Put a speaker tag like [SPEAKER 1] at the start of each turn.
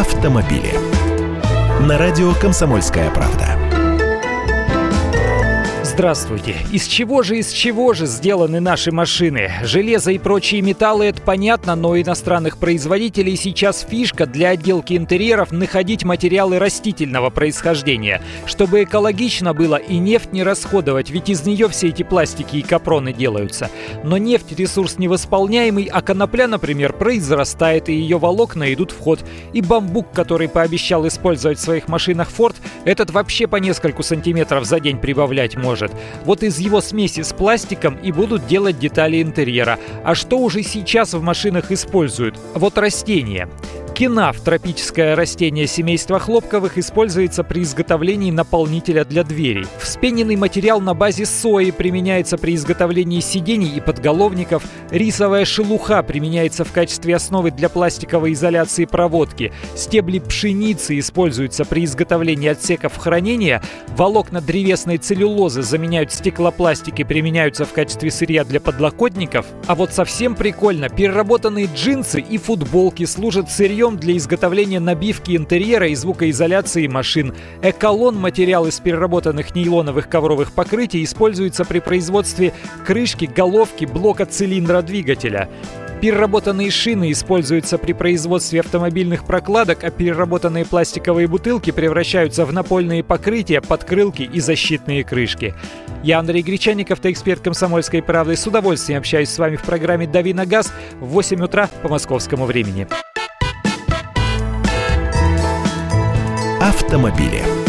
[SPEAKER 1] автомобили. На радио «Комсомольская правда».
[SPEAKER 2] Здравствуйте. Из чего же сделаны наши машины? Железо и прочие металлы — это понятно, но у иностранных производителей сейчас фишка для отделки интерьеров находить материалы растительного происхождения, чтобы экологично было и нефть не расходовать, ведь из нее все эти пластики и капроны делаются. Но нефть — ресурс невосполняемый, а конопля, например, произрастает, и ее волокна идут в ход. И бамбук, который пообещал использовать в своих машинах Ford, этот вообще по нескольку сантиметров за день прибавлять может. Вот из его смеси с пластиком и будут делать детали интерьера. А что уже сейчас в машинах используют? Вот растения. Кинаф, тропическое растение семейства хлопковых, используется при изготовлении наполнителя для дверей. Вспененный материал на базе сои применяется при изготовлении сидений и подголовников. Рисовая шелуха применяется в качестве основы для пластиковой изоляции проводки. Стебли пшеницы используются при изготовлении отсеков хранения. Волокна древесной целлюлозы заменяют стеклопластик и применяются в качестве сырья для подлокотников. А вот совсем прикольно, переработанные джинсы и футболки служат сырьем для изготовления набивки интерьера и звукоизоляции машин. Эколон, материал из переработанных нейлоновых ковровых покрытий, используется при производстве крышки, головки, блока цилиндра двигателя. Переработанные шины используются при производстве автомобильных прокладок, а переработанные пластиковые бутылки превращаются в напольные покрытия, подкрылки и защитные крышки. Я Андрей Гречанников, эксперт «Комсомольской правды». С удовольствием общаюсь с вами в программе «Дави на газ» в 8 утра по московскому времени.
[SPEAKER 1] Автомобили.